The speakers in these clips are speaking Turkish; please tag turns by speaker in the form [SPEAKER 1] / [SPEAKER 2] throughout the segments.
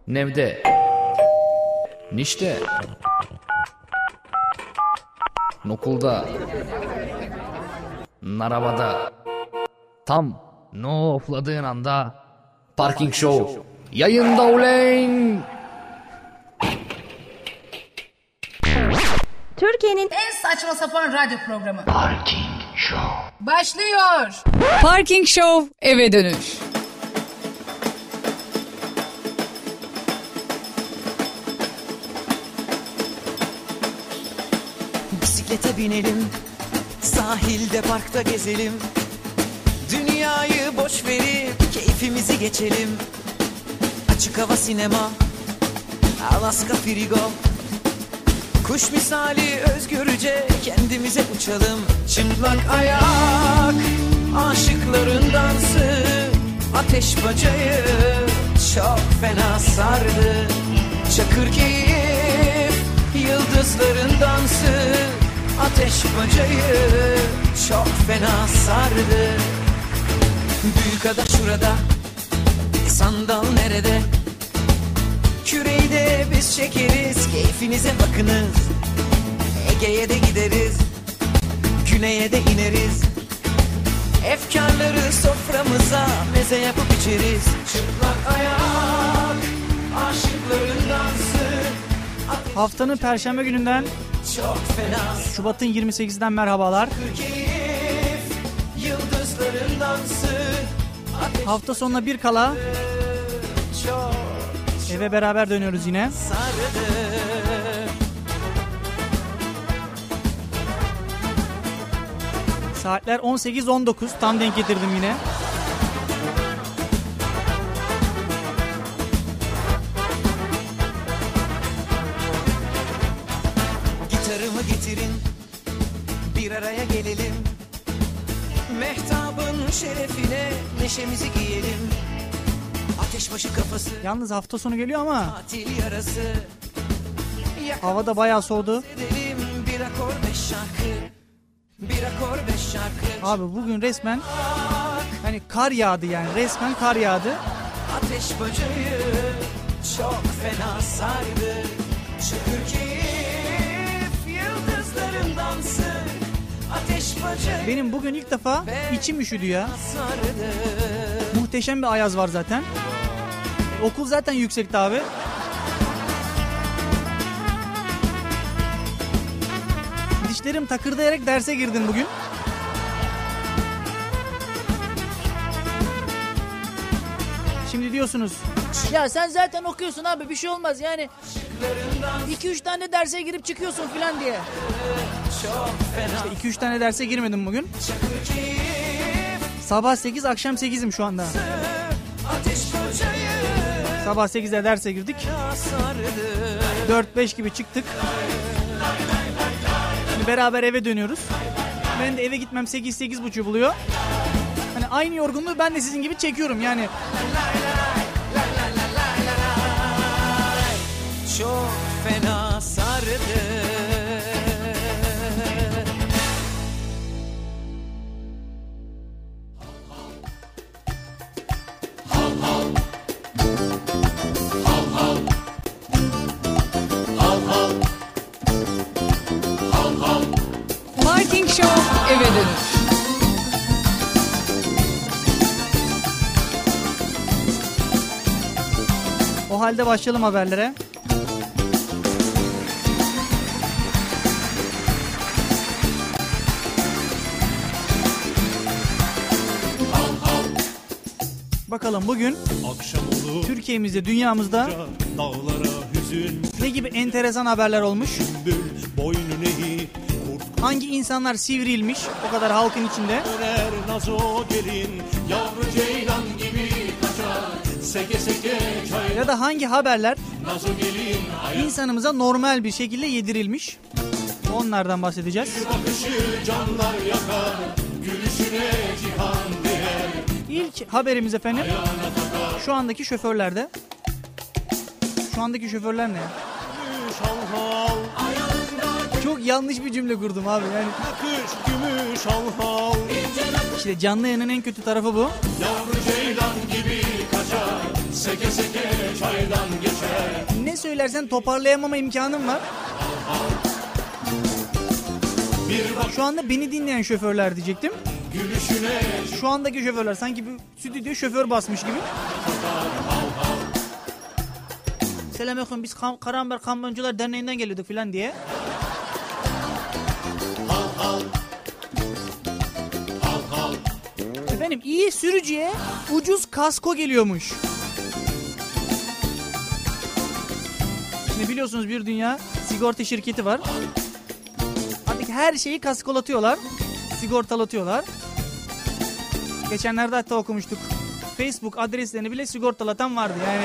[SPEAKER 1] Nevde, nişte, nokulda, narabada, tam no ofladığın anda Parking Show yayında uleyn.
[SPEAKER 2] Türkiye'nin en saçma sapan radyo programı
[SPEAKER 3] Parking Show
[SPEAKER 2] başlıyor.
[SPEAKER 4] Parking Show eve dönüş.
[SPEAKER 5] Bisiklete binelim, sahilde parkta gezelim. Dünyayı boş verip keyfimizi geçelim. Açık hava sinema, Alaska frigo. Kuş misali özgürce kendimize uçalım. Çıplak ayak, aşıkların dansı. Ateş bacayı çok fena sardı. Çakır keyif, yıldızların dansı. Ateş bacayı çok fena sardı. Büyük ada şurada, sandal nerede? Küreyi de biz çekeriz, keyfinize bakınız. Ege'ye de gideriz, güneye de ineriz. Efkarları soframıza meze yapıp içeriz. Çıplak ayak, aşıkların dansı.
[SPEAKER 6] Haftanın Perşembe gününden
[SPEAKER 5] Çok fena.
[SPEAKER 6] Şubat'ın 28'den merhabalar.
[SPEAKER 5] Keyif, yıldızların dansı.
[SPEAKER 6] Hafta sonuna bir kala eve beraber dönüyoruz yine.
[SPEAKER 5] Sardı.
[SPEAKER 6] Saatler 18-19, tam denk getirdim yine.
[SPEAKER 5] Gitarımı getirin, bir araya gelelim. Mehtabın şerefine neşemizi giyelim. Ateşbaşı kafası,
[SPEAKER 6] Yalnız hafta sonu geliyor ama
[SPEAKER 5] tatil yarası.
[SPEAKER 6] hava da bayağı soğudu.
[SPEAKER 5] Edelim bir akor beş şarkı. Bir akor beş şarkı.
[SPEAKER 6] Abi bugün resmen hani kar yağdı, yani resmen kar yağdı.
[SPEAKER 5] Ateş bacayı çok fena sardı. Çakır keyif, yıldızların dansı. Ateş bacayı
[SPEAKER 6] Benim bugün ilk defa içim üşüdü ya.
[SPEAKER 5] sardı.
[SPEAKER 6] Muhteşem bir ayaz var zaten. Okul zaten yüksekti abi. Dişlerim takırdayarak derse girdim bugün. Şimdi diyorsunuz, ya sen zaten okuyorsun abi, bir şey olmaz yani. 2-3 tane derse girip çıkıyorsun filan diye. İşte 2-3 tane derse girmedim bugün. Sabah 8, akşam 8'im şu anda. Sabah 8'de derse girdik. 4-5 gibi çıktık. Şimdi beraber eve dönüyoruz. Ben de eve gitmem 8-8.30 buluyor. Hani aynı yorgunluğu ben de sizin gibi çekiyorum yani.
[SPEAKER 5] Çok fena sardı.
[SPEAKER 4] Parking Show eve dönüş.
[SPEAKER 6] O halde başlayalım haberlere. Bakalım bugün Türkiye'mizde, dünyamızda ne gibi enteresan haberler olmuş? Hangi insanlar sivrilmiş o kadar halkın içinde? Ya da hangi haberler insanımıza normal bir şekilde yedirilmiş? Onlardan bahsedeceğiz. İlk haberimiz efendim şu andaki şoförlerde. Şu andaki şoförler ne? Çok yanlış bir cümle kurdum abi yani. İşte canlı yayının en kötü tarafı bu.
[SPEAKER 7] Yavru ceylan gibi kaçar, seke seke
[SPEAKER 6] Ne söylersen toparlayamama imkanım var. Şu anda beni dinleyen şoförler diyecektim. Şu andaki şoförler sanki bir stüdyo şoför basmış gibi. Selamünaleyküm, biz Karamber Kamyoncular Derneği'nden geliyorduk filan diye. Efendim, iyi sürücüye ucuz kasko geliyormuş. Şimdi biliyorsunuz bir dünya sigorta şirketi var. Artık her şeyi kaskolatıyorlar, sigortalatıyorlar. Geçenlerde hatta okumuştuk. Facebook adreslerini bile sigortalatan vardı yani.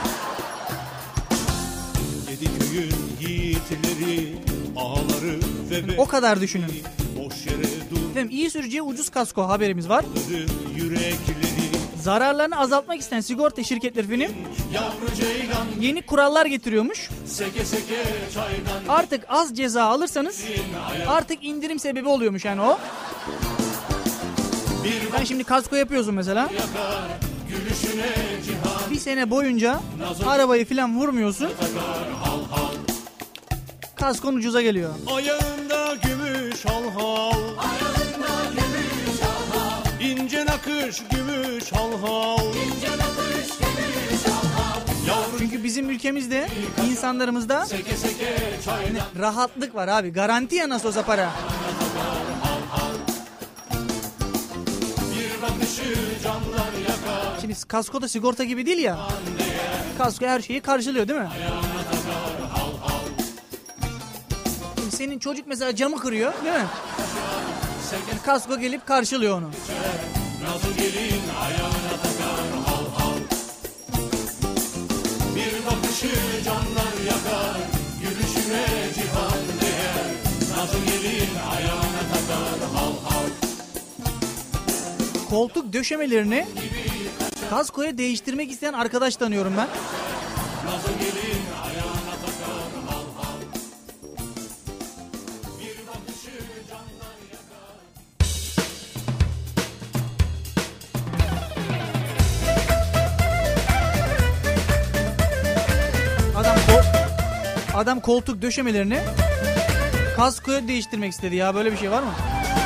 [SPEAKER 3] Yedi köyün yiğitleri, ağaları ve
[SPEAKER 6] O kadar düşünün.
[SPEAKER 3] boş yere
[SPEAKER 6] Efendim, iyi sürücüye ucuz kasko haberimiz var.
[SPEAKER 3] durdu yürekleri.
[SPEAKER 6] Zararlarını azaltmak isteyen sigorta şirketleri efendim
[SPEAKER 3] Yavru ceylan
[SPEAKER 6] yeni kurallar getiriyormuş.
[SPEAKER 3] seke seke çaydan.
[SPEAKER 6] Artık az ceza alırsanız artık indirim sebebi oluyormuş yani o. Sen şimdi kasko yapıyorsun mesela.
[SPEAKER 3] Gülüşüne cihan
[SPEAKER 6] Bir sene boyunca arabayı filan vurmuyorsun. Kaskon ucuza geliyor.
[SPEAKER 3] ayağında gümüş hal hal. İnce nakış gümüş hal hal.
[SPEAKER 6] Çünkü bizim ülkemizde, insanlarımızda
[SPEAKER 3] Seke seke çaydan.
[SPEAKER 6] rahatlık var abi. Garanti ya nasıl olsa para.
[SPEAKER 3] Bir bakışı canlar yakar.
[SPEAKER 6] Şimdi kasko da sigorta gibi değil ya. Kasko her şeyi karşılıyor değil mi? Şimdi senin çocuk mesela camı kırıyor değil mi? Kasko gelip karşılıyor onu.
[SPEAKER 3] Nasıl gelin ayağına takar hal hal. Bir bakışı canlar yakar. Gülüşüne cihan değer. Nasıl gelin ayağına takar hal hal.
[SPEAKER 6] Koltuk döşemelerini kaskoya değiştirmek isteyen arkadaş tanıyorum ben.
[SPEAKER 3] Nasıl gelin ayağına takar hal hal. Bir bakışı canlar yakar.
[SPEAKER 6] Adam koltuk döşemelerini kaskoya değiştirmek istedi ya, böyle bir şey var mı?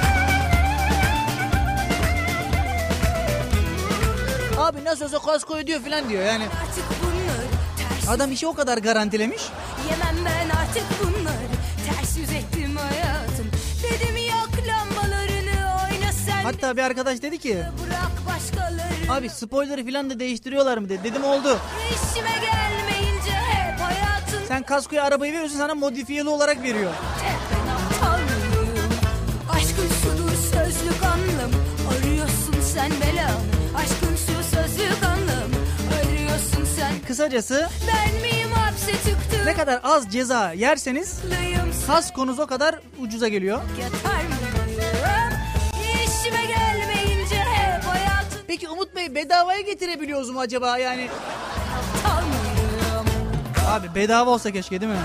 [SPEAKER 6] Abi nasıl olsa kasko ödüyor falan diyor yani.
[SPEAKER 7] Artık bunları ters
[SPEAKER 6] Adam işi o kadar garantilemiş.
[SPEAKER 7] yemem ben artık bunları ters yüz ettim hayatım. Dedim yak lambalarını oyna sen
[SPEAKER 6] Hatta bir arkadaş dedi ki,
[SPEAKER 7] bırak başkaları.
[SPEAKER 6] abi spoiler'ı falan da değiştiriyorlar mı dedi. Dedim oldu.
[SPEAKER 7] İşime gelmeyince hep hayatın
[SPEAKER 6] Sen kaskoya arabayı veriyorsun, sana modifiyeli olarak veriyor.
[SPEAKER 7] hep ben aptal mıyım? Aşkın şudur sözlük anlam arıyorsun sen belamı. Aşkın şu sözlük anlam arıyorsun sen.
[SPEAKER 6] Kısacası
[SPEAKER 7] Ben miyim hapse tıktım?
[SPEAKER 6] ne kadar az ceza yerseniz
[SPEAKER 7] Lıyım
[SPEAKER 6] kaskonuz o kadar ucuza geliyor.
[SPEAKER 7] yatar mıyım? İşime gelmeyince hep hayatın
[SPEAKER 6] Peki Umut Bey, bedavaya getirebiliyoruz mu acaba yani?
[SPEAKER 7] aptal mıyım?
[SPEAKER 6] Abi bedava olsa keşke değil mi?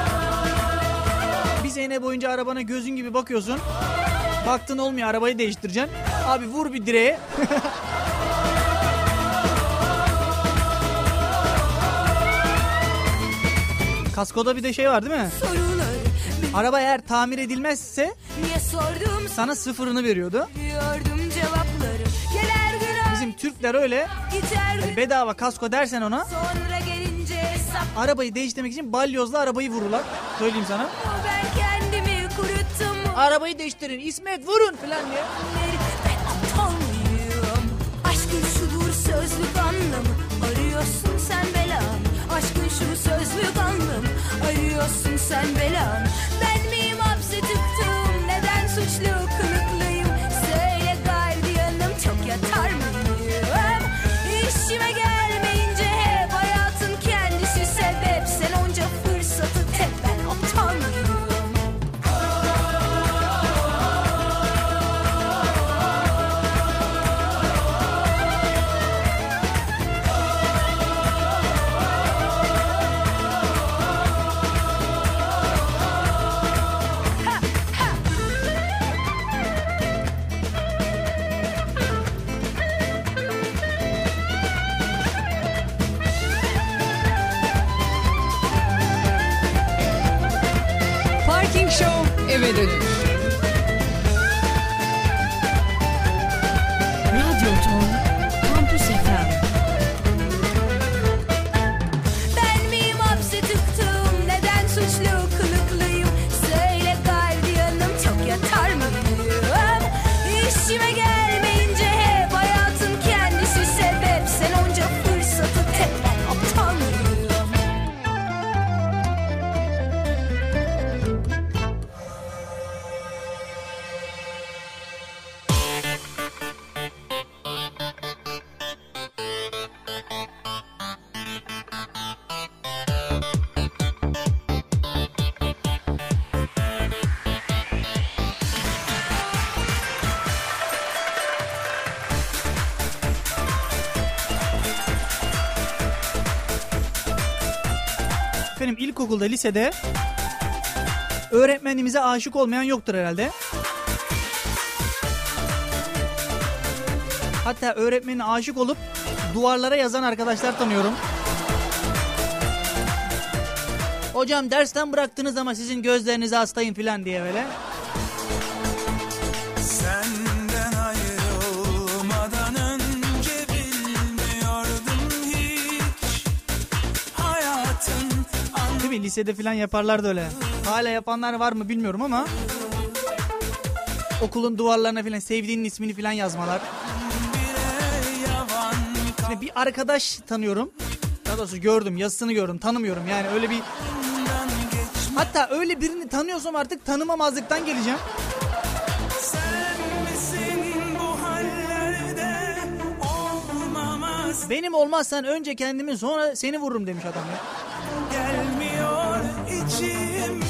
[SPEAKER 6] Bir sene boyunca arabana gözün gibi bakıyorsun. Baktın olmuyor, arabayı değiştireceksin. Abi vur bir direğe. Kaskoda bir de şey var değil mi?
[SPEAKER 7] Soruları
[SPEAKER 6] Araba eğer tamir edilmezse
[SPEAKER 7] niye sordum
[SPEAKER 6] sana sıfırını veriyordu.
[SPEAKER 7] biliyordum cevapları. Gelir gün
[SPEAKER 6] Bizim Türkler öyle,
[SPEAKER 7] gider gün
[SPEAKER 6] bedava kasko dersen ona,
[SPEAKER 7] sonra gelince hesap.
[SPEAKER 6] arabayı değiştirmek için balyozla arabayı vururlar. Söyleyeyim sana.
[SPEAKER 7] Ben kendimi kuruttum.
[SPEAKER 6] Arabayı değiştirin, İsmet vurun falan diye.
[SPEAKER 7] Ben aptal mıyım? Aşkın şudur sözlük anlamı arıyorsun sen belamı. Aşkın şu sözlük anlamı arıyorsun sen belamı. Ben miyim hapse tıktım? Neden suçlu kılıklıyım? Söyle gardiyanım, çok yatar mıyım? İşime gelmeyince hep hayatın kendisi sebep. Sen onca fırsatı hep ben aptal mıyım?
[SPEAKER 4] eve dönüş.
[SPEAKER 8] Radyo Ton Kampüs FM.
[SPEAKER 7] Ben miyim hapse tıktım? Neden suçlu kılıklıyım? Söyle gardiyanım, çok yatar mıyım? İşime gelmeyince hep hayatın kendisi sebep. Sen onca fırsatı tek ben aptal mıyım?
[SPEAKER 6] Efendim ilkokulda, lisede öğretmenimize aşık olmayan yoktur herhalde. Hatta öğretmenine aşık olup duvarlara yazan arkadaşlar tanıyorum. Hocam dersten bıraktınız ama sizin gözlerinize hastayım filan diye böyle.
[SPEAKER 5] Senden ayrılmadan önce bilmiyordum hiç hayatın
[SPEAKER 6] Değil mi? Lisede filan yaparlardı öyle. Hala yapanlar var mı bilmiyorum ama okulun duvarlarına filan sevdiğinin ismini filan yazmalar. Şimdi bir arkadaş tanıyorum. Daha doğrusu gördüm, yazısını gördüm, tanımıyorum. Yani öyle bir... Hatta öyle birini tanıyorsam artık tanımamazlıktan geleceğim. Benim olmazsan önce kendimi sonra seni vururum demiş adam ya.
[SPEAKER 5] gelmiyor içimden.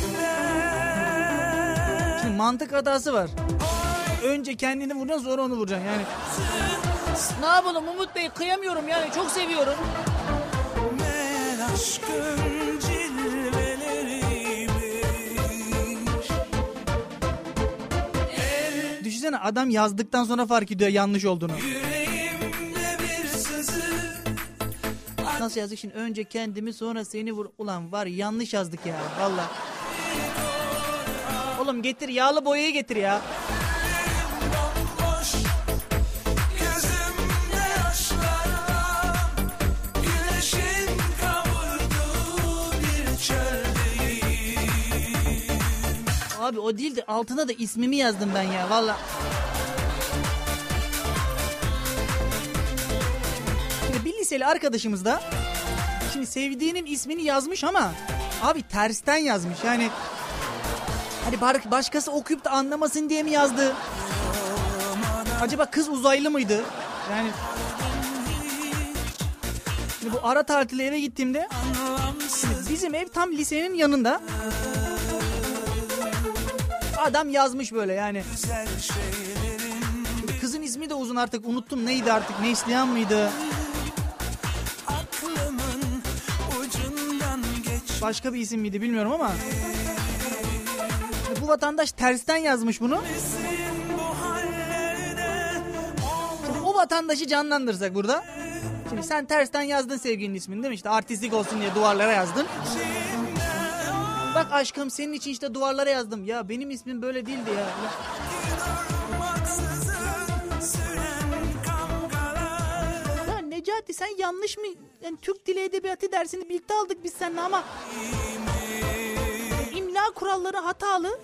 [SPEAKER 6] Şimdi mantık hatası var. Önce kendini vuracaksın sonra onu vuracaksın yani. Ne yapalım Umut Bey, kıyamıyorum yani, çok seviyorum.
[SPEAKER 5] Meğer aşkın cilveleriymiş.
[SPEAKER 6] Düşünsene adam yazdıktan sonra fark ediyor yanlış olduğunu.
[SPEAKER 5] Yüreğimde bir sızı.
[SPEAKER 6] Nasıl yazdık şimdi? Önce kendimi sonra seni vur. Ulan var yanlış yazdık ya valla. Oğlum getir yağlı boyayı getir ya.
[SPEAKER 5] Bomboş gözümde yaşlarla güneşin kavurduğu bir çöldeyim.
[SPEAKER 6] Abi o değil de altına da ismimi yazdım ben ya valla. Şimdi bir liseli arkadaşımız da şimdi sevdiğinin ismini yazmış ama abi tersten yazmış yani. Hani başkası okuyup da anlamasın diye mi yazdı? Acaba kız uzaylı mıydı? Yani şimdi bu ara tatile eve gittiğimde şimdi bizim ev tam lisenin yanında. Adam yazmış böyle yani. Şimdi kızın ismi de uzun artık, unuttum neydi artık, Neslihan mıydı?
[SPEAKER 5] Aklımın ucundan geç.
[SPEAKER 6] Başka bir isim miydi bilmiyorum ama. Bu vatandaş tersten yazmış bunu. Şimdi o vatandaşı canlandırsak burada. Şimdi sen tersten yazdın sevgilinin ismini değil mi? İşte artistlik olsun diye duvarlara yazdın. Bak aşkım senin için işte duvarlara yazdım. Ya benim ismim böyle değildi ya. Ya Necati sen yanlış mı? Yani Türk Dili Edebiyatı dersini birlikte aldık biz seninle ama imla kuralları hatalı.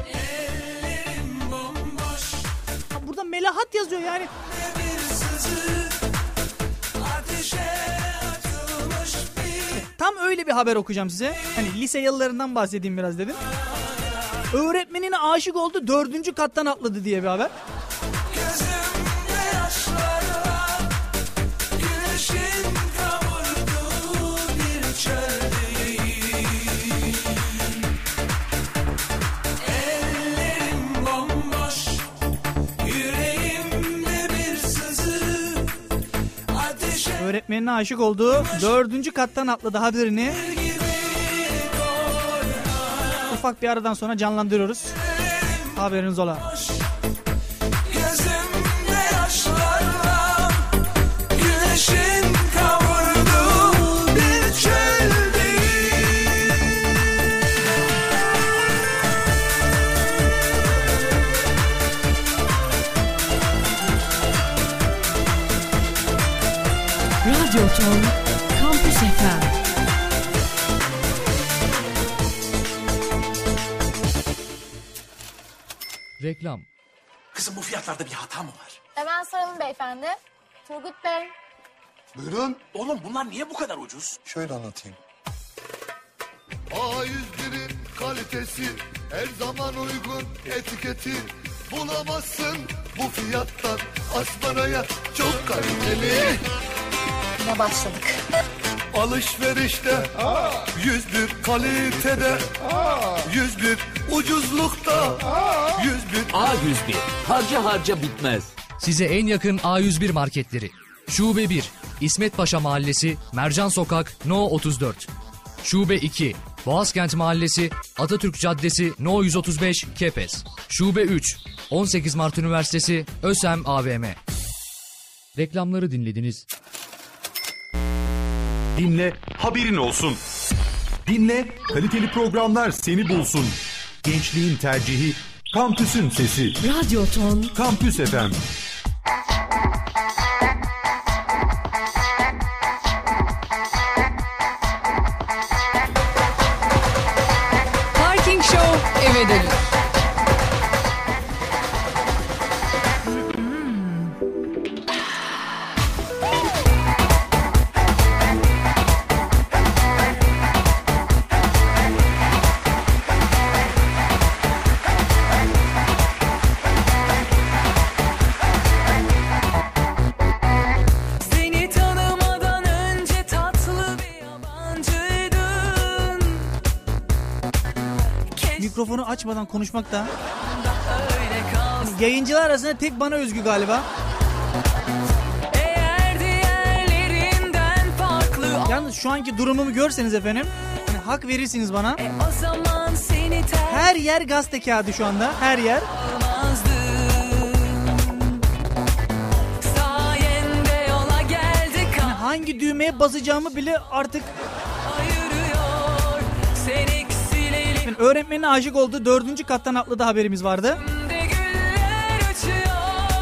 [SPEAKER 6] Ha, burada melahat yazıyor yani. Tam öyle bir haber okuyacağım size. Hani lise yıllarından bahsedeyim biraz dedim. Öğretmenine aşık oldu, 4. kattan atladı diye bir haber. Öğretmenine aşık oldu, 4. kattan atladı haberini. Ufak bir aradan sonra canlandırıyoruz. Haberiniz ola.
[SPEAKER 5] Gözümde yaşlarla güneşin kavurduğu bir çöldeyim.
[SPEAKER 8] Ton Kampüs FM.
[SPEAKER 1] Reklam.
[SPEAKER 3] Kızım bu fiyatlarda bir hata mı var?
[SPEAKER 9] Hemen soralım beyefendi. Turgut Bey.
[SPEAKER 10] Buyurun.
[SPEAKER 3] Oğlum bunlar niye bu kadar ucuz?
[SPEAKER 10] Şöyle anlatayım.
[SPEAKER 11] A101'in kalitesi her zaman uygun etiketi bulamazsın bu fiyattan Aslanaya çok kaliteli.
[SPEAKER 9] Yine başladık.
[SPEAKER 11] Alışverişte 101 kalitede 101 ucuzlukta 101
[SPEAKER 12] A101 harca harca bitmez.
[SPEAKER 1] Size en yakın A101 marketleri. Şube 1, İsmet Paşa Mahallesi, Mercan Sokak, No 34. Şube 2, Boğazkent Mahallesi, Atatürk Caddesi, No 135, Kepez. Şube 3, 18 Mart Üniversitesi, ÖSEM AVM. Reklamları dinlediniz.
[SPEAKER 13] Dinle, haberin olsun. Dinle, kaliteli programlar seni bulsun. Gençliğin tercihi, kampüsün sesi.
[SPEAKER 8] Radyo Ton
[SPEAKER 13] Kampüs FM.
[SPEAKER 4] Parking Show eve dönüş.
[SPEAKER 5] Seni tanımadan önce tatlı bir yabancıydın.
[SPEAKER 6] Mikrofonu açmadan konuşmak da
[SPEAKER 5] Öyle kalsın.
[SPEAKER 6] yayıncılar arasında tek bana özgü galiba.
[SPEAKER 5] Eğer diğerlerinden farklı
[SPEAKER 6] Yalnız şu anki durumumu görseniz efendim, hani hak verirsiniz bana.
[SPEAKER 5] o zaman seni terk
[SPEAKER 6] Her yer gazete kağıdı şu anda, her yer.
[SPEAKER 5] almazdım. Sayende yola geldik,
[SPEAKER 6] Hangi düğmeye basacağımı bile artık
[SPEAKER 5] ayırıyor. Sen eksileli
[SPEAKER 6] yani öğretmenine aşık oldu. 4. kattan atladı haberimiz vardı.
[SPEAKER 5] de güller uçuyor.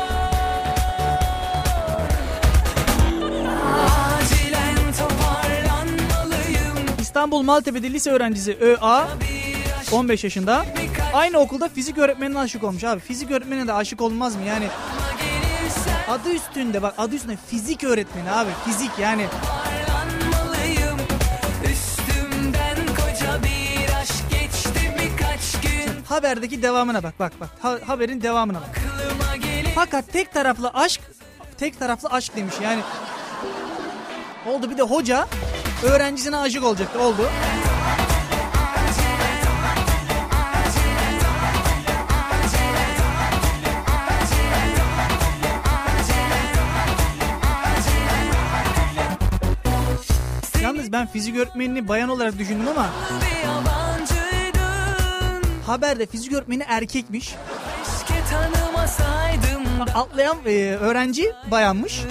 [SPEAKER 5] Acilen toparlanmalıyım.
[SPEAKER 6] İstanbul Maltepe'de lise öğrencisi ÖA 15 yaşında. Aynı okulda fizik öğretmenine aşık olmuş abi. Fizik öğretmenine de aşık olmaz mı yani? Adı üstünde bak, adı üstünde fizik öğretmeni abi. Fizik yani.
[SPEAKER 5] Toparlanmalıyım. Üstümden koca bir aşk geçti birkaç gün.
[SPEAKER 6] Haberdeki devamına bak. Haberin devamına bak.
[SPEAKER 5] Aklıma gelip
[SPEAKER 6] Fakat tek taraflı aşk demiş yani. Oldu bir de hoca öğrencisine aşık olacaktı, oldu. Yalnız ben fizik öğretmenini bayan olarak düşündüm ama
[SPEAKER 5] bir yabancıydın.
[SPEAKER 6] haberde fizik öğretmeni erkekmiş.
[SPEAKER 5] Keşke tanımasaydım.
[SPEAKER 6] Atlayan öğrenci bayanmış.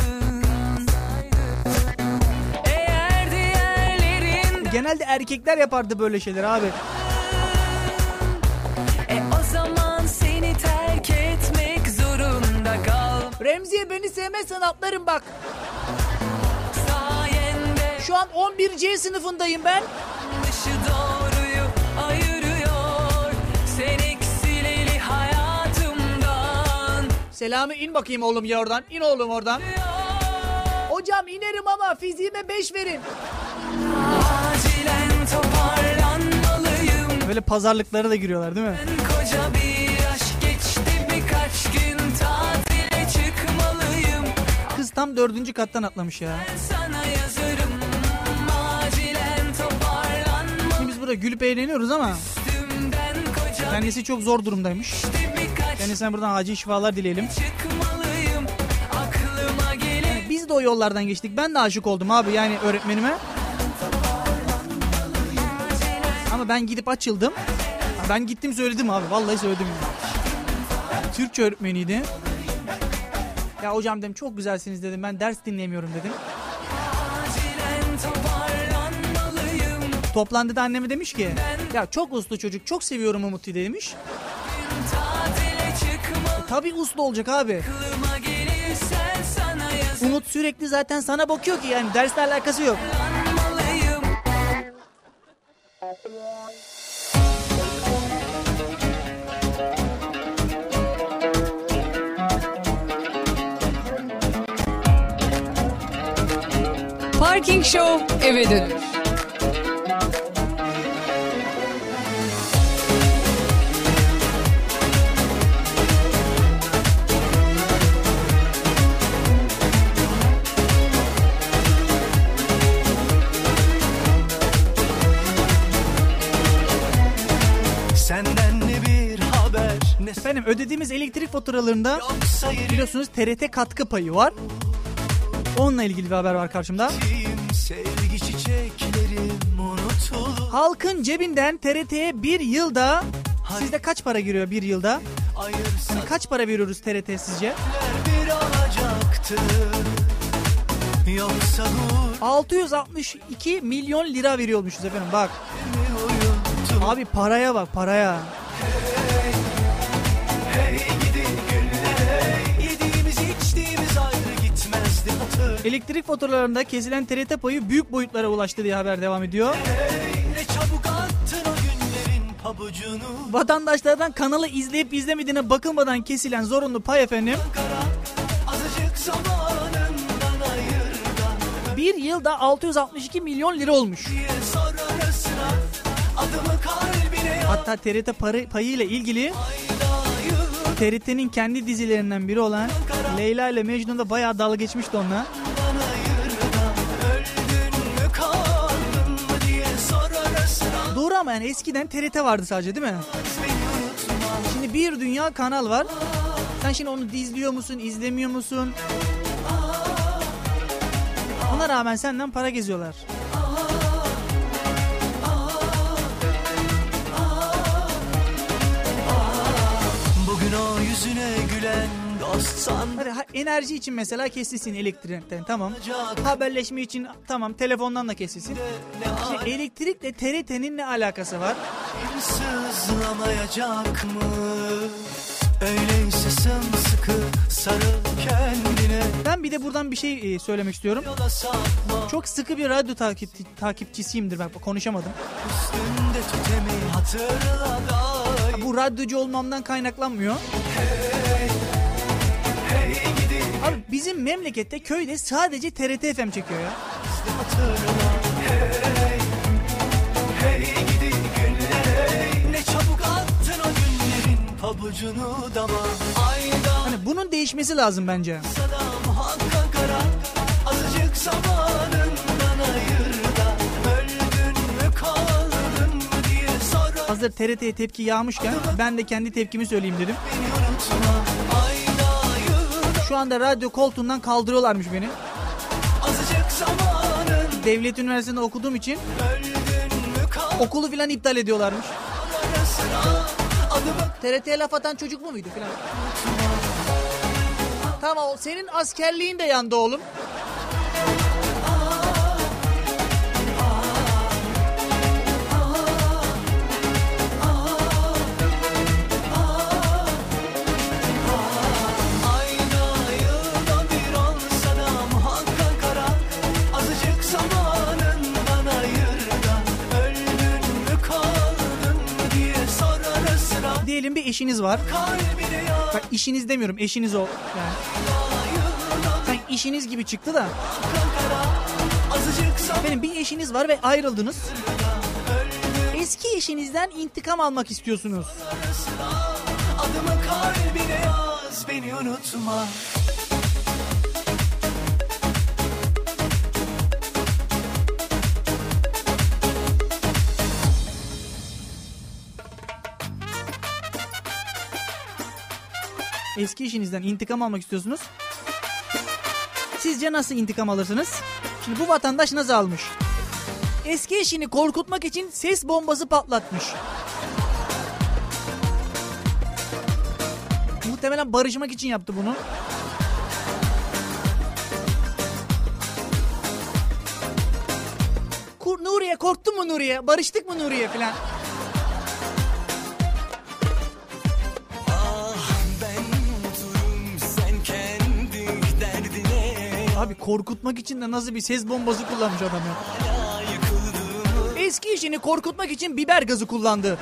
[SPEAKER 5] Eğer diğerlerin
[SPEAKER 6] Genelde erkekler yapardı böyle şeyler abi.
[SPEAKER 5] o zaman seni terk etmek zorunda kal.
[SPEAKER 6] Remziye beni sevmezsen atlarım bak.
[SPEAKER 5] Sayende
[SPEAKER 6] Şu an 11C sınıfındayım ben.
[SPEAKER 5] dışı doğruyu ayırıyor. Sen eksileli hayatımdan.
[SPEAKER 6] Selami in bakayım oğlum ya oradan. İn oğlum oradan. Hocam inerim ama fiziğime 5 verin.
[SPEAKER 5] Acilen toparlanmalıyım.
[SPEAKER 6] Böyle pazarlıklara da giriyorlar değil mi?
[SPEAKER 5] Koca bir aşk geçti birkaç gün, tatile çıkmalıyım.
[SPEAKER 6] Kız tam 4. kattan atlamış ya.
[SPEAKER 5] Sana yazarım. Acilen toparlanmalıyım.
[SPEAKER 6] Şimdi biz burada gülüp eğleniyoruz ama
[SPEAKER 5] Üstümden koca
[SPEAKER 6] kendisi çok zor durumdaymış.
[SPEAKER 5] birkaç
[SPEAKER 6] Kendisine buradan acil şifalar dileyelim.
[SPEAKER 5] çıkmalıyım. Aklıma gelip
[SPEAKER 6] Biz de o yollardan geçtik. Ben de aşık oldum abi yani öğretmenime. Ama ben gidip açıldım. Ben gittim söyledim abi. Vallahi söyledim. Türkçe öğretmeniydi. Ya hocam dedim çok güzelsiniz dedim. Ben ders dinlemiyorum dedim.
[SPEAKER 5] acilen toparlanmalıyım.
[SPEAKER 6] Toplandı da anneme demiş ki ya çok uslu çocuk, çok seviyorum Umut'u demiş.
[SPEAKER 5] Tatile çıkmalıyım.
[SPEAKER 6] Tabii uslu olacak abi.
[SPEAKER 5] Aklıma gelirsen sana yazarım.
[SPEAKER 6] Umut sürekli zaten sana bakıyor ki yani dersle alakası yok.
[SPEAKER 4] Parking Show eve dönüş.
[SPEAKER 5] Senden ne bir haber ne
[SPEAKER 6] Efendim ödediğimiz elektrik faturalarında biliyorsunuz TRT katkı payı var. Onunla ilgili bir haber var karşımda.
[SPEAKER 5] sevgi çiçeklerim unutulur.
[SPEAKER 6] Halkın cebinden TRT'ye bir yılda sizde kaç para giriyor bir yılda? Yani kaç para veriyoruz TRT sizce?
[SPEAKER 5] Bir alacaktı. Yoksa dur
[SPEAKER 6] 662 milyon lira veriyormuşuz efendim bak. Abi paraya bak paraya.
[SPEAKER 5] Hey gidi günler hey. Yediğimiz içtiğimiz ayrı gitmezdi hatır.
[SPEAKER 6] Elektrik faturalarında kesilen TRT payı büyük boyutlara ulaştı diye haber devam ediyor.
[SPEAKER 5] Hey, ne çabuk attın o günlerin pabucunu.
[SPEAKER 6] Vatandaşlardan kanalı izleyip izlemediğine bakılmadan kesilen zorunlu pay efendim.
[SPEAKER 5] Azıcık zamanından ayır da.
[SPEAKER 6] Bir yılda 662 milyon lira olmuş.
[SPEAKER 5] Diye sor arasına adımı kalbine yaz.
[SPEAKER 6] Hatta TRT payı ile ilgili TRT'nin kendi dizilerinden biri olan Leyla ile Mecnun'da bayağı dalga geçmişti onunla. Doğru ama yani eskiden TRT vardı sadece değil mi? Şimdi bir dünya kanal var. Sen şimdi onu izliyor musun, izlemiyor musun? Ona rağmen senden para geziyorlar.
[SPEAKER 5] Bugün o yüzüne gülen dostsan.
[SPEAKER 6] Hadi enerji için mesela kesilsin elektrikten tamam. Haberleşme için tamam telefondan da kesilsin. Şimdi elektrikle TRT'nin ne alakası var?
[SPEAKER 5] Sızlamayacak mı? Öyleyse sımsıkı sarıl kendine.
[SPEAKER 6] Ben bir de buradan bir şey söylemek istiyorum. Çok sıkı bir radyo takipçisiyimdir bak konuşamadım.
[SPEAKER 5] Üstünde tütemi hatırla da.
[SPEAKER 6] Bu radyocu olmamdan kaynaklanmıyor.
[SPEAKER 5] Hey gidi.
[SPEAKER 6] Abi bizim memlekette köyde sadece TRT FM çekiyor ya.
[SPEAKER 5] Hey gidi günler. Ne çabuk attın o günlerin pabucunu dama. Ayda.
[SPEAKER 6] Hani bunun değişmesi lazım bence.
[SPEAKER 5] Sana muhakkak ara. Azıcık zamanından ayır da. Öldün mü kaldın mı diye sor.
[SPEAKER 6] Hazır TRT'ye tepki yağmışken ben de kendi tepkimi söyleyeyim dedim. Şu anda radyo koltuğundan kaldırıyorlarmış beni. Devlet Üniversitesi'nde okuduğum için okulu filan iptal ediyorlarmış. TRT'ye laf atan çocuk mu muydu filan? Tamam senin askerliğin de yandı oğlum. Diyelim bir eşiniz var. Bak işiniz demiyorum eşiniz ol. Yani. Sen işiniz gibi çıktı da. Benim bir eşiniz var ve ayrıldınız. Eski eşinizden intikam almak istiyorsunuz.
[SPEAKER 5] Adımı kalbine yaz beni unutma.
[SPEAKER 6] Eski eşinizden intikam almak istiyorsunuz. Sizce nasıl intikam alırsınız? Şimdi bu vatandaş nasıl almış? Eski eşini korkutmak için ses bombası patlatmış. Muhtemelen barışmak için yaptı bunu. Nuriye korktun mu Nuriye? Barıştık mı Nuriye falan? Abi korkutmak için de nasıl bir ses bombası kullanmış adam ya. Eski işini korkutmak için biber gazı kullandı.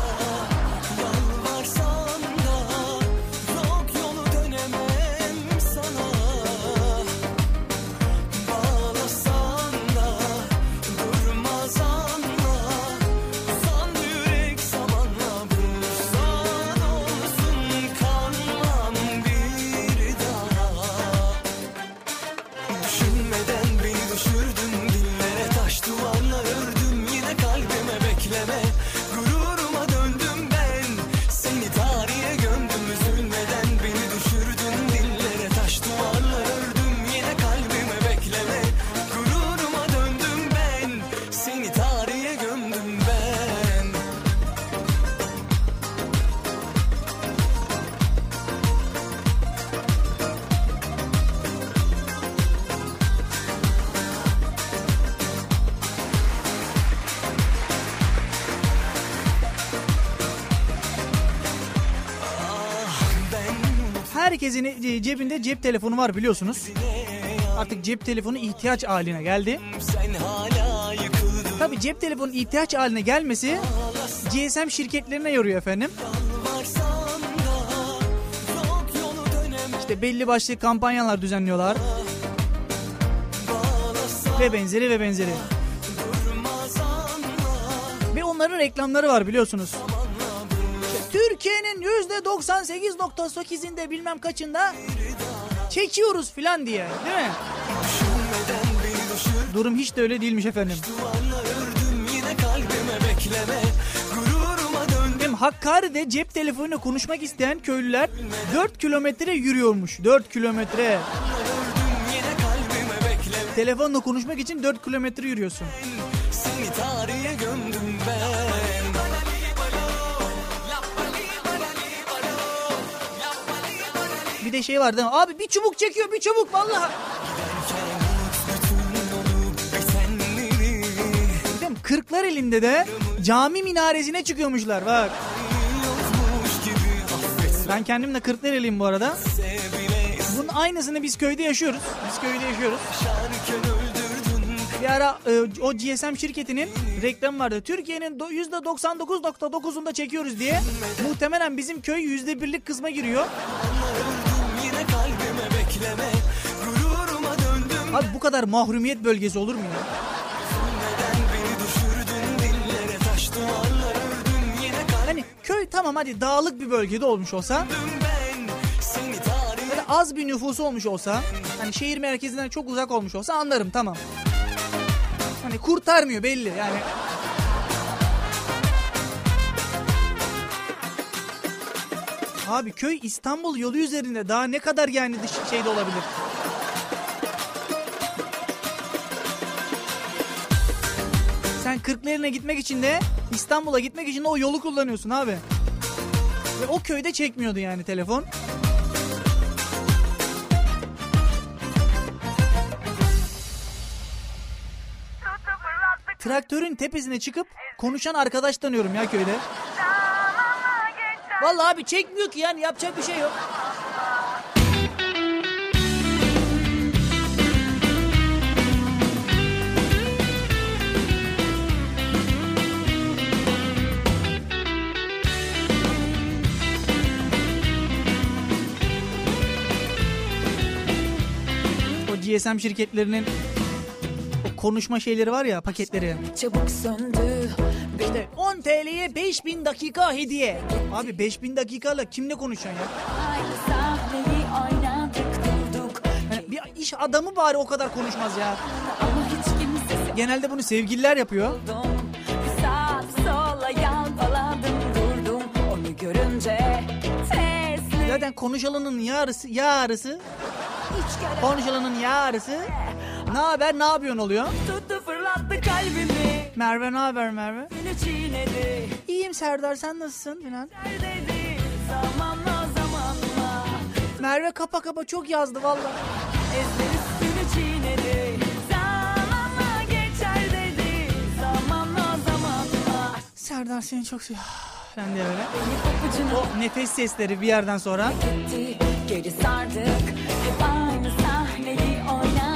[SPEAKER 6] Herkesin cebinde cep telefonu var biliyorsunuz. Artık cep telefonu ihtiyaç haline geldi. Tabii cep telefonu ihtiyaç haline gelmesi GSM şirketlerine yoruyor efendim. İşte belli başlı kampanyalar düzenliyorlar. Ve benzeri ve benzeri. Ve onların reklamları var biliyorsunuz. Türkiye'nin %98.8'inde bilmem kaçında çekiyoruz filan diye, değil mi? Durum hiç de öyle değilmiş efendim. Hem Hakkari'de cep telefonuyla konuşmak isteyen köylüler 4 kilometre yürüyormuş. 4 kilometre. Telefonla konuşmak için 4 kilometre yürüyorsun. Seni tarihe gömdüm ben. Bir de şey var değil mi? Abi bir çubuk çekiyor, bir çubuk vallahi. Değil mi? Kırklareli'nde de cami minaresine çıkıyormuşlar bak. Ben kendim de Kırklareli'yim bu arada. Bunun aynısını biz köyde yaşıyoruz. Bir ara o GSM şirketinin reklamı vardı. Türkiye'nin %99.9'unda çekiyoruz diye. Muhtemelen bizim köy %1'lik kısma giriyor. Abi bu kadar mahrumiyet bölgesi olur mu ya? Hani köy tamam hadi dağlık bir bölgede olmuş olsa, böyle az bir nüfusu olmuş olsa, hani şehir merkezinden çok uzak olmuş olsa anlarım, tamam. Hani kurtarmıyor belli yani. Abi köy İstanbul yolu üzerinde, daha ne kadar yani şeyde olabilir? Sen Kırklareli'ne gitmek için de, İstanbul'a gitmek için de o yolu kullanıyorsun abi. Ve o köyde çekmiyordu yani telefon. Traktörün tepesine çıkıp konuşan arkadaş tanıyorum ya köyde. Vallahi abi çekmiyor ki yani, yapacak bir şey yok. O GSM şirketlerinin o konuşma şeyleri var ya, paketleri.
[SPEAKER 7] Çabuk söndü.
[SPEAKER 6] İşte 10 TL'ye 5000 dakika hediye. Abi 5000 dakikayla kimle konuşacaksın ya? Yani bir iş adamı bari o kadar konuşmaz ya. Genelde bunu sevgililer yapıyor. Zaten konuşulanın yarısı konuşulanın yarısı ne haber, ne yapıyorsun oluyor.
[SPEAKER 7] Tuttu fırlattı kalbimi.
[SPEAKER 6] Merve ne haber Merve?
[SPEAKER 7] Beni çiğnedi.
[SPEAKER 6] İyiyim Serdar, sen nasılsın filan.
[SPEAKER 7] Zamanla.
[SPEAKER 6] Merve kapa çok yazdı valla.
[SPEAKER 7] Ezber üstünü çiğnedi. Zamanla geçer dedi. Zamanla.
[SPEAKER 6] Serdar seni çok seviyorum. Ben de öyle. O nefes sesleri bir yerden sonra.
[SPEAKER 7] Geri sardık. Hep aynı sahneyi oynadık.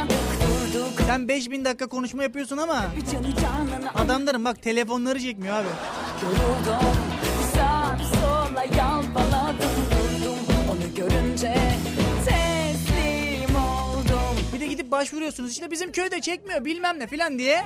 [SPEAKER 6] Sen 5000 dakika konuşma yapıyorsun ama adamların bak telefonları çekmiyor abi.
[SPEAKER 7] Yoruldum, sağ sola yalpaladım, durdum onu görünce teslim oldum.
[SPEAKER 6] Bir de gidip başvuruyorsunuz işte bizim köyde çekmiyor bilmem ne filan diye.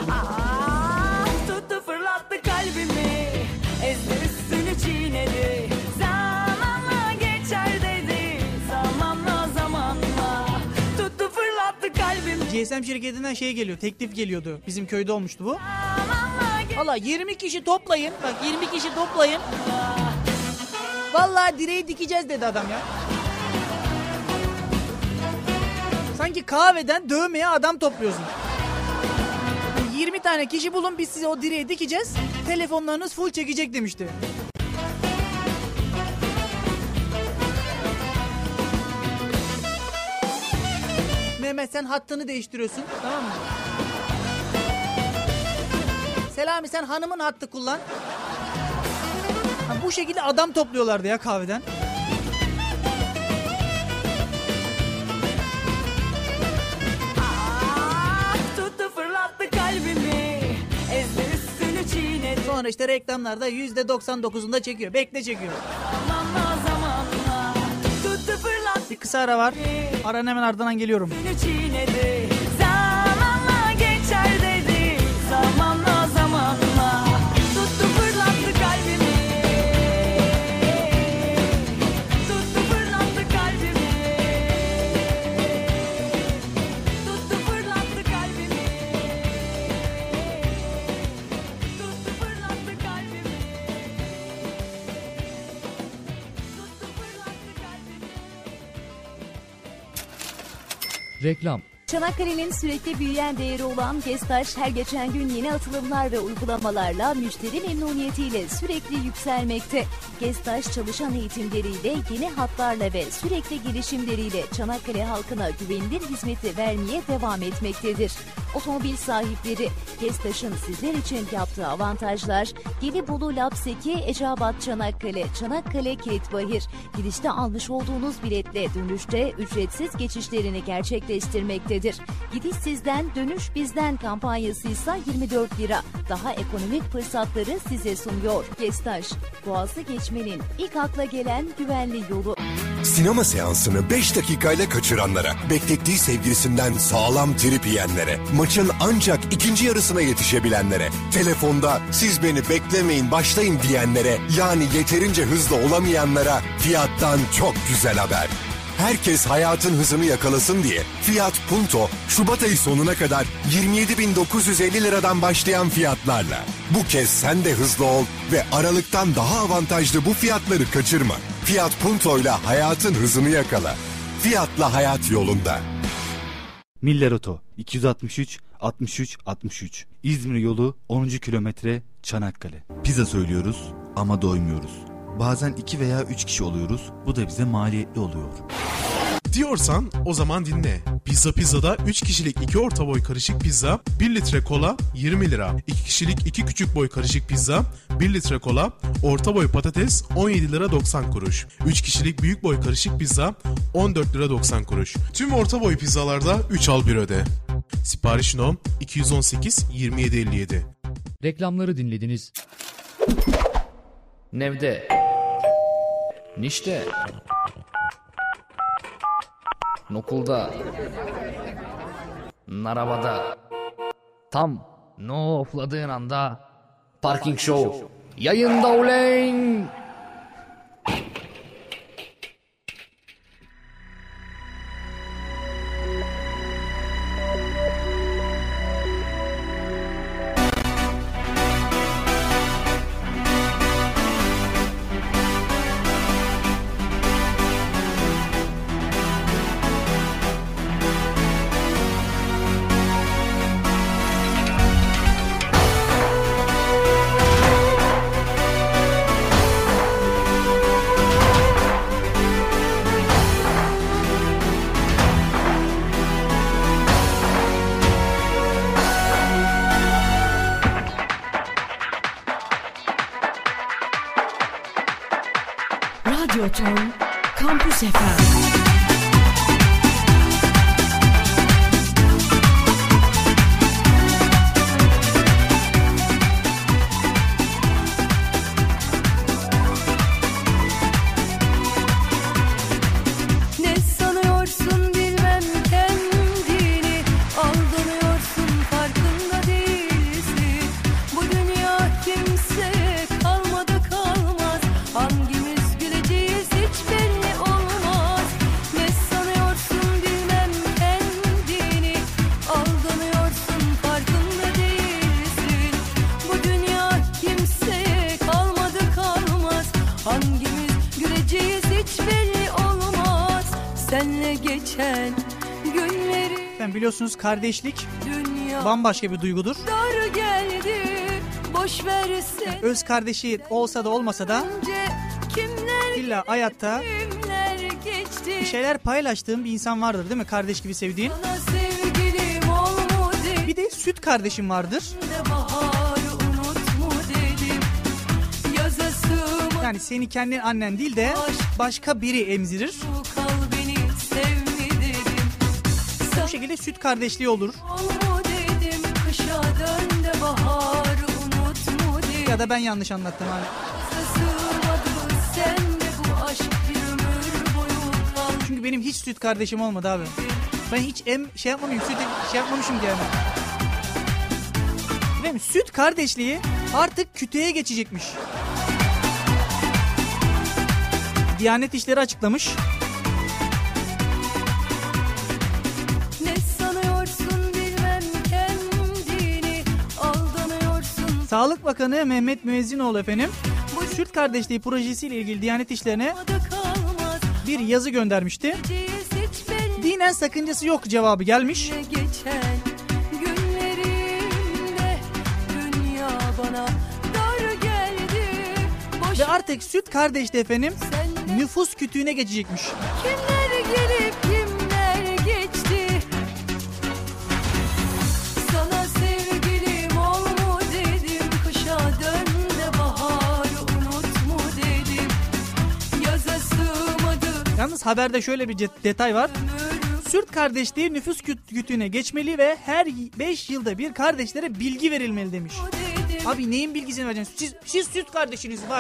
[SPEAKER 7] Tuttu fırlattı kalbimi, ezdi üstünü çiğnedi. Zamanla geçer dedi, zamanla tuttu fırlattı kalbimi.
[SPEAKER 6] GSM şirketinden şey geliyor, teklif geliyordu. Bizim köyde olmuştu bu. Valla 20 kişi toplayın. Bak 20 kişi toplayın. Vallahi direği dikeceğiz dedi adam ya. Sanki kahveden dövmeye adam topluyorsun. 20 tane kişi bulun biz size o direği dikeceğiz. Telefonlarınız full çekecek demişti. Mehmet sen hattını değiştiriyorsun tamam mı? Selami sen hanımın hattı kullan. Ha, bu şekilde adam topluyorlardı ya kahveden.
[SPEAKER 7] Tuttu fırlattı kalbimi, ezdi üstünü çiğnedi.
[SPEAKER 6] Sonra işte reklamlarda %99'unda çekiyor. Bekle çekiyor.
[SPEAKER 7] Zamanla tuttu fırlattı.
[SPEAKER 6] Bir kısa ara var. Aranın hemen ardından geliyorum.
[SPEAKER 7] Çiğnedi. Zamanla geçer dedi. Zamanla tuttu fırlattı kalbimi. Tuttu fırlattı kalbimi. Tuttu fırlattı kalbimi. Tuttu fırlattı kalbimi.
[SPEAKER 1] Reklam.
[SPEAKER 14] Çanakkale'nin sürekli büyüyen değeri olan Gestaş her geçen gün yeni atılımlar ve uygulamalarla müşteri memnuniyetiyle sürekli yükselmekte. Gestaş çalışan eğitimleriyle, yeni hatlarla ve sürekli gelişimleriyle Çanakkale halkına güvenilir hizmeti vermeye devam etmektedir. Otomobil sahipleri Gestaş'ın sizler için yaptığı avantajlar Gelibolu Lapseki, Eceabat Çanakkale, Çanakkale Kilitbahir. Gidişte almış olduğunuz biletle dönüşte ücretsiz geçişlerini gerçekleştirmektedir. Gidiş sizden, dönüş bizden kampanyası ise 24 lira. Daha ekonomik fırsatları size sunuyor. Gestaş, Boğaz'ı geçmenin ilk akla gelen güvenli yolu.
[SPEAKER 15] Sinema seansını 5 dakikayla kaçıranlara, beklettiği sevgilisinden sağlam trip yiyenlere, maçın ancak ikinci yarısına yetişebilenlere, telefonda siz beni beklemeyin başlayın diyenlere, yani yeterince hızlı olamayanlara Fiat'tan çok güzel haber. Herkes hayatın hızını yakalasın diye Fiat Punto Şubat ayı sonuna kadar 27.950 liradan başlayan fiyatlarla. Bu kez sen de hızlı ol ve Aralık'tan daha avantajlı bu fiyatları kaçırma. Fiat Punto'yla hayatın hızını yakala. Fiat'la hayat yolunda.
[SPEAKER 16] Miller Oto 263 63 63 İzmir yolu 10. kilometre Çanakkale.
[SPEAKER 17] Pizza söylüyoruz ama doymuyoruz. Bazen 2 veya 3 kişi oluyoruz. Bu da bize maliyetli oluyor.
[SPEAKER 18] Diyorsan o zaman dinle. Pizza'da 3 kişilik 2 orta boy karışık pizza, 1 litre kola 20 lira. 2 kişilik 2 küçük boy karışık pizza, 1 litre kola, orta boy patates 17 lira 90 kuruş. 3 kişilik büyük boy karışık pizza 14 lira 90 kuruş. Tüm orta boy pizzalarda 3 al 1 öde. Sipariş no 218 27 57.
[SPEAKER 1] Reklamları dinlediniz. Nevde, Nişte, Nokulda, Narabada, tam no ofladığın anda Parking Show yayında uleyn.
[SPEAKER 8] Radyo Ton Kampüs FM.
[SPEAKER 7] geçen günleri.
[SPEAKER 6] Ben biliyorsunuz kardeşlik
[SPEAKER 7] Dünya
[SPEAKER 6] bambaşka bir duygudur.
[SPEAKER 7] dar geldi, boş versen.
[SPEAKER 6] Öz kardeşi olsa da olmasa da
[SPEAKER 7] Kimler
[SPEAKER 6] illa hayatta
[SPEAKER 7] kimler geçti.
[SPEAKER 6] bir şeyler paylaştığım bir insan vardır değil mi? Kardeş gibi sevdiğin.
[SPEAKER 7] Sana sevgilim ol mu dedim.
[SPEAKER 6] Bir de süt kardeşim vardır.
[SPEAKER 7] Baharı unut mu dedim. Yazasım
[SPEAKER 6] Yani seni kendi annen değil de başka biri emzirir.
[SPEAKER 7] kal beni sev mi dedim.
[SPEAKER 6] Bu şekilde süt kardeşliği olur.
[SPEAKER 7] Ol mu dedim. Kışa dön de baharı unut mu dedim.
[SPEAKER 6] Ya da ben yanlış anlattım hani.
[SPEAKER 7] Sığmadı sen de bu aşk bir ömür boyu kal.
[SPEAKER 6] Çünkü benim hiç süt kardeşim olmadı abi. Ben hiç şey yapmamışım ki yani. Benim süt kardeşliği artık kütüğe geçecekmiş. Diyanet İşleri açıklamış.
[SPEAKER 7] Ne sanıyorsun bilmem kendini, aldanıyorsun.
[SPEAKER 6] Sağlık Bakanı Mehmet Müezzinoğlu efendim süt kardeşliği projesiyle ilgili Diyanet İşleri'ne bir yazı göndermişti. Dinen sakıncası yok cevabı gelmiş.
[SPEAKER 7] Geçen günlerimde dünya bana dar geldi. Boş
[SPEAKER 6] Ve artık süt kardeşliği efendim nüfus kütüğüne geçecekmiş.
[SPEAKER 7] kimler gelip kimler geçti. Sana sevgilim ol mu dedim. Kışa dön de baharı unut mu dedim. Yaza sığmadı
[SPEAKER 6] Yalnız haberde şöyle bir detay var. Süt kardeşliği nüfus kütüğüne geçmeli ve her 5 yılda bir kardeşlere bilgi verilmeli demiş. Abi neyin bilgisini vereceksiniz? Siz süt kardeşiniz bak.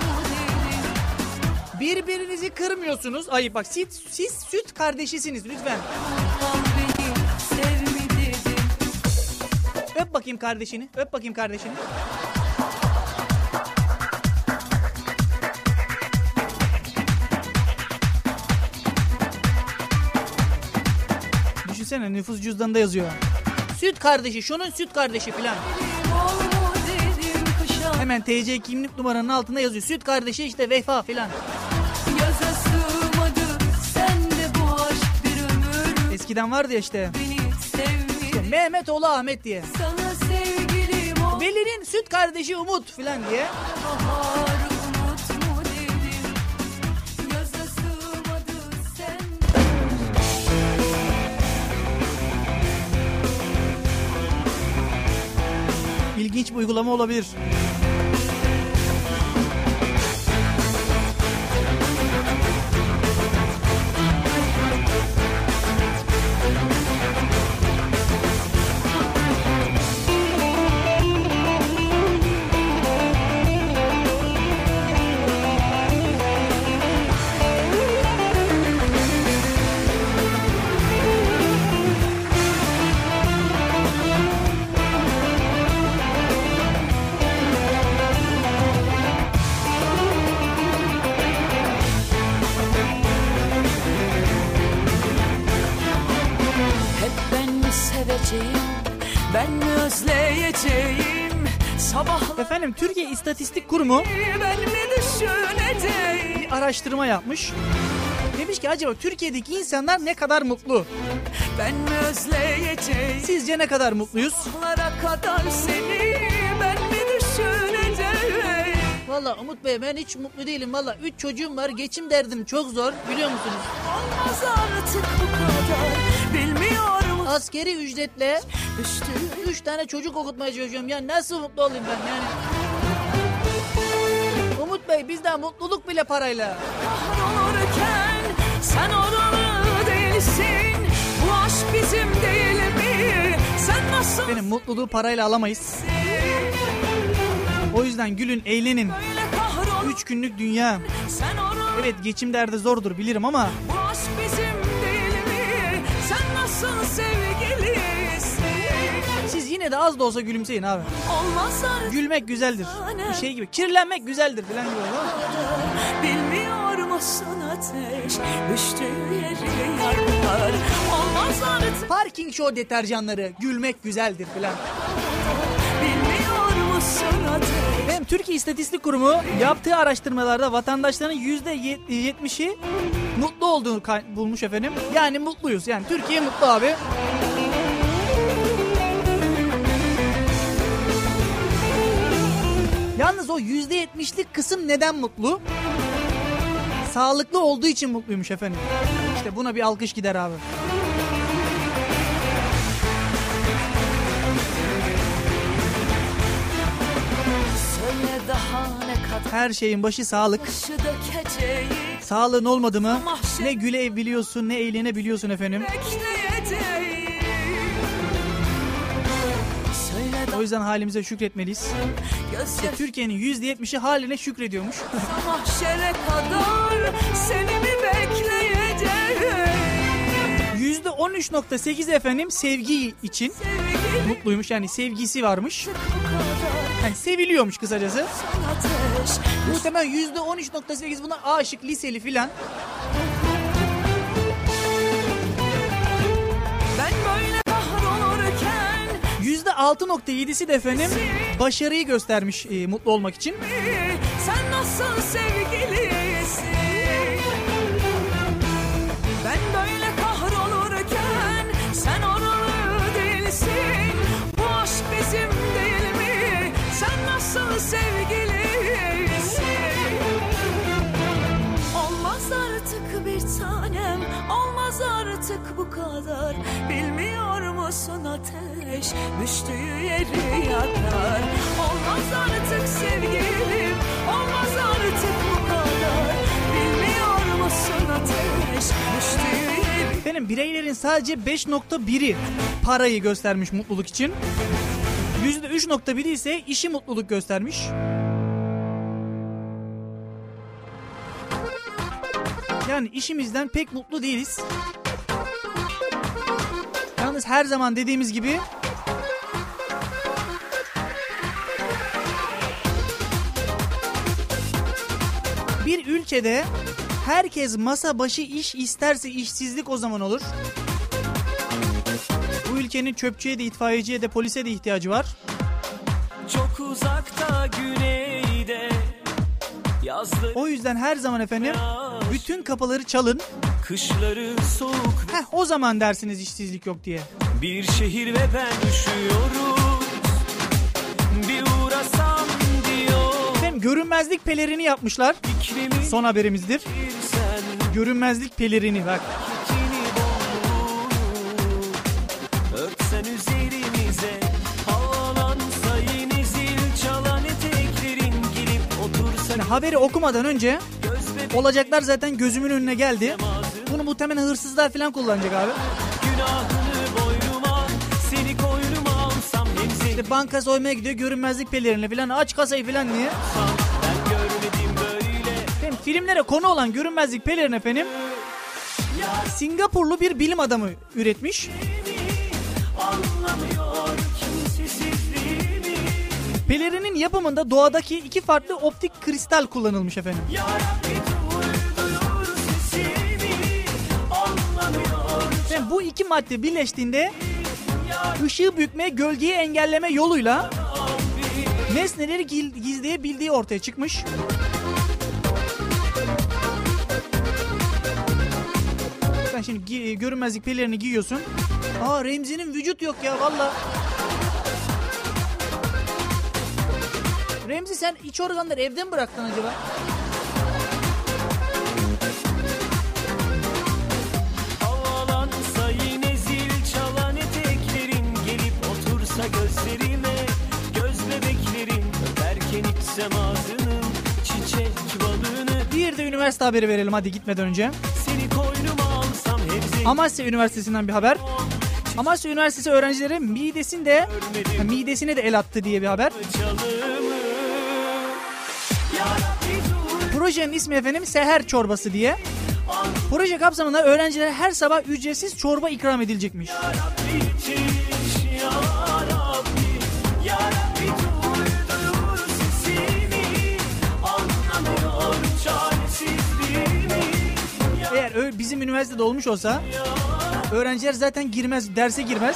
[SPEAKER 6] Birbirinizi kırmıyorsunuz. Ayıp bak siz süt kardeşisiniz lütfen.
[SPEAKER 7] sev mi dedim.
[SPEAKER 6] Öp bakayım kardeşini. Öp bakayım kardeşini. Düşünsene nüfus cüzdanında yazıyor. Süt kardeşi, şunun süt kardeşi filan. Hemen TC kimlik numaranın altında yazıyor. Süt kardeşi işte Vefa filan.
[SPEAKER 7] Yaza sığmadı sende bu aşk bir ömür.
[SPEAKER 6] Eskiden vardı ya işte.
[SPEAKER 7] Beni sevmi.
[SPEAKER 6] İşte Mehmet oğlu Ahmet diye.
[SPEAKER 7] Sana sevgilim ol.
[SPEAKER 6] Veli'nin süt kardeşi Umut filan diye.
[SPEAKER 7] Baharı unut mu dedim. Yaza sığmadı sende.
[SPEAKER 6] İlginç bir uygulama olabilir.
[SPEAKER 7] Hep ben mi seveceğim, ben mi özleyeceğim, sabahlar
[SPEAKER 6] Efendim Türkiye İstatistik Kurumu
[SPEAKER 7] ben mi düşüneceğim?
[SPEAKER 6] bir araştırma yapmış. Demiş ki acaba Türkiye'deki insanlar ne kadar mutlu?
[SPEAKER 7] Ben mi özleyeceğim?
[SPEAKER 6] Sizce ne kadar mutluyuz?
[SPEAKER 7] Sabahlara kadar seni ben mi düşüneceğim?
[SPEAKER 6] Valla Umut Bey ben hiç mutlu değilim valla. 3 çocuğum var, geçim derdim çok zor biliyor musunuz?
[SPEAKER 7] Olmaz artık bu kadar, bilmiyorum.
[SPEAKER 6] Askeri ücretle
[SPEAKER 7] Düştüm
[SPEAKER 6] 3 tane çocuk okutmaya çalışıyorum. Ya nasıl mutlu olayım ben yani? Umut Bey bizden mutluluk bile parayla.
[SPEAKER 7] olurken sen oralı değilsin. Bu aşk bizim değil mi? Sen nasıl
[SPEAKER 6] Benim mutluluğu parayla alamayız. O yüzden gülün, eğlenin.
[SPEAKER 7] böyle kahrol?
[SPEAKER 6] 3 günlük dünya.
[SPEAKER 7] Sen oralı.
[SPEAKER 6] Evet geçim derdi zordur bilirim ama
[SPEAKER 7] Bu aşk bizim değil mi? Sen nasıl sevgilisin?
[SPEAKER 6] siz yine de az da olsa gülümseyin abi.
[SPEAKER 7] Olmaz artık.
[SPEAKER 6] Gülmek güzeldir. Bir şey gibi. Kirlenmek güzeldir falan gibi oldu ama.
[SPEAKER 7] Bilmiyor musun ateş? Düştüğü yeri yakar. Olmaz artık.
[SPEAKER 6] Parking show deterjanları gülmek güzeldir falan.
[SPEAKER 7] Bilmiyor musun ateş?
[SPEAKER 6] Hem Türkiye İstatistik Kurumu yaptığı araştırmalarda vatandaşların %70'i mutlu olduğunu bulmuş efendim. Yani mutluyuz. Yani Türkiye mutlu abi. Yalnız o %70'lik kısım neden mutlu? Sağlıklı olduğu için mutluymuş efendim. İşte buna bir alkış gider abi. Her şeyin başı sağlık. Sağlığın olmadı mı ne gülebiliyorsun ne eğlenebiliyorsun efendim. O yüzden halimize şükretmeliyiz. İşte Türkiye'nin %70'i haline şükrediyormuş.
[SPEAKER 5] Mahşere kadar seni mi bekleyeceğim?
[SPEAKER 6] %13.8 efendim sevgi için mutluymuş. Yani sevgisi varmış. Yani seviliyormuş kısacası. Muhtemelen %13.8 buna aşık, liseli filan.
[SPEAKER 5] Ben böyle kahrolurken
[SPEAKER 6] %6.7'si de efendim başarıyı göstermiş mutlu olmak için.
[SPEAKER 5] sen nasıl sevgilisin? Ben böyle kahrolurken sen oralı değilsin. Bu aşk bizim değil mi? Sen nasıl sevgilisin? Olmaz artık bir tanem, olmaz artık bu kadar. Bilmiyor musun ateş düştüğü yeri yakar. Olmaz artık sevgilim, olmaz artık bu kadar. Bilmiyor musun ateş düştüğü yeri.
[SPEAKER 6] Efendim bireylerin sadece 5.1'i parayı göstermiş mutluluk için. %3.1'i ise işi mutluluk göstermiş. Yani işimizden pek mutlu değiliz. Yalnız her zaman dediğimiz gibi bir ülkede herkes masa başı iş isterse işsizlik o zaman olur. Bu ülkenin çöpçüye de, itfaiyeciye de, polise de ihtiyacı var.
[SPEAKER 5] Çok uzakta güneyde yazları.
[SPEAKER 6] O yüzden her zaman efendim bütün kapıları çalın.
[SPEAKER 5] Kışları soğuk.
[SPEAKER 6] O zaman dersiniz işsizlik yok diye.
[SPEAKER 5] Bir şehir ve ben üşüyorum. Bir uğrasam diyor.
[SPEAKER 6] Efendim görünmezlik pelerini yapmışlar. Son haberimizdir. Görünmezlik pelerini bak.
[SPEAKER 5] Örtsen üzerimize. Havalansa yeni zil çalan eteklerin girip otursa.
[SPEAKER 6] Yani haberi okumadan önce olacaklar zaten gözümün önüne geldi. Bunu muhtemelen hırsızlar falan kullanacak abi.
[SPEAKER 5] Günahını boynuma, seni koynuma alsam hemzeli.
[SPEAKER 6] İşte banka soymaya gidiyor görünmezlik pelerinle falan, aç kasayı falan diye.
[SPEAKER 5] Ben görmedim böyle.
[SPEAKER 6] Efendim, filmlere konu olan görünmezlik pelerini efendim Singapurlu bir bilim adamı üretmiş. Pelerinin yapımında doğadaki 2 farklı optik kristal kullanılmış efendim. Efendim, bu 2 madde birleştiğinde ışığı bükme, gölgeyi engelleme yoluyla nesneleri gizleyebildiği ortaya çıkmış. Sen şimdi görünmezlik pelerini giyiyorsun. Aa, Remzi'nin vücut yok ya valla. Remzi, sen iç organları evde mi bıraktın acaba?
[SPEAKER 5] Havalansa yine zil çalan eteklerin gelip otursa gözlerime, göz bebeklerin öperken içsem ağzının çiçek balını.
[SPEAKER 6] Bir de üniversite haberi verelim hadi gitmeden önce.
[SPEAKER 5] Seni koynuma alsam hepsi.
[SPEAKER 6] Amasya Üniversitesi'nden bir haber. Amasya Üniversitesi öğrencileri midesine de el attı diye bir haber. Projenin ismi efendim Seher Çorbası diye. Proje kapsamında öğrencilere her sabah ücretsiz çorba ikram edilecekmiş. Eğer bizim üniversitede olmuş olsa öğrenciler zaten girmez, derse girmez.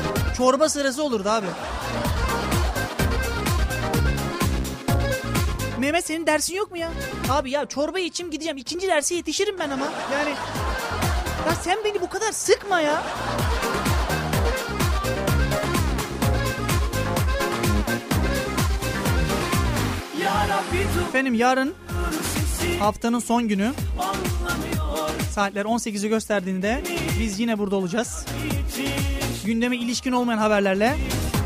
[SPEAKER 6] Çorba sırası olurdu abi. Mehmet senin dersin yok mu ya? Abi ya çorba içim gideceğim. 2. derse yetişirim ben ama. Yani ya sen beni bu kadar sıkma ya. Efendim yarın haftanın son günü. Saatler 18'i gösterdiğinde biz yine burada olacağız. Gündeme ilişkin olmayan haberlerle.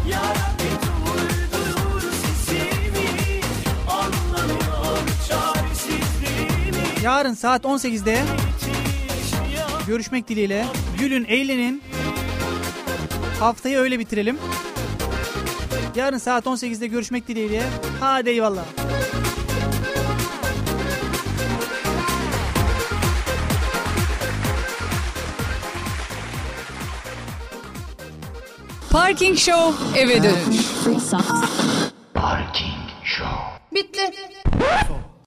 [SPEAKER 6] Yarın saat 18'de görüşmek dileğiyle. Gülün, eğlenin. Haftayı öyle bitirelim. Yarın saat 18'de görüşmek dileğiyle. Hadi eyvallah.
[SPEAKER 4] Parking Show eve dönüş.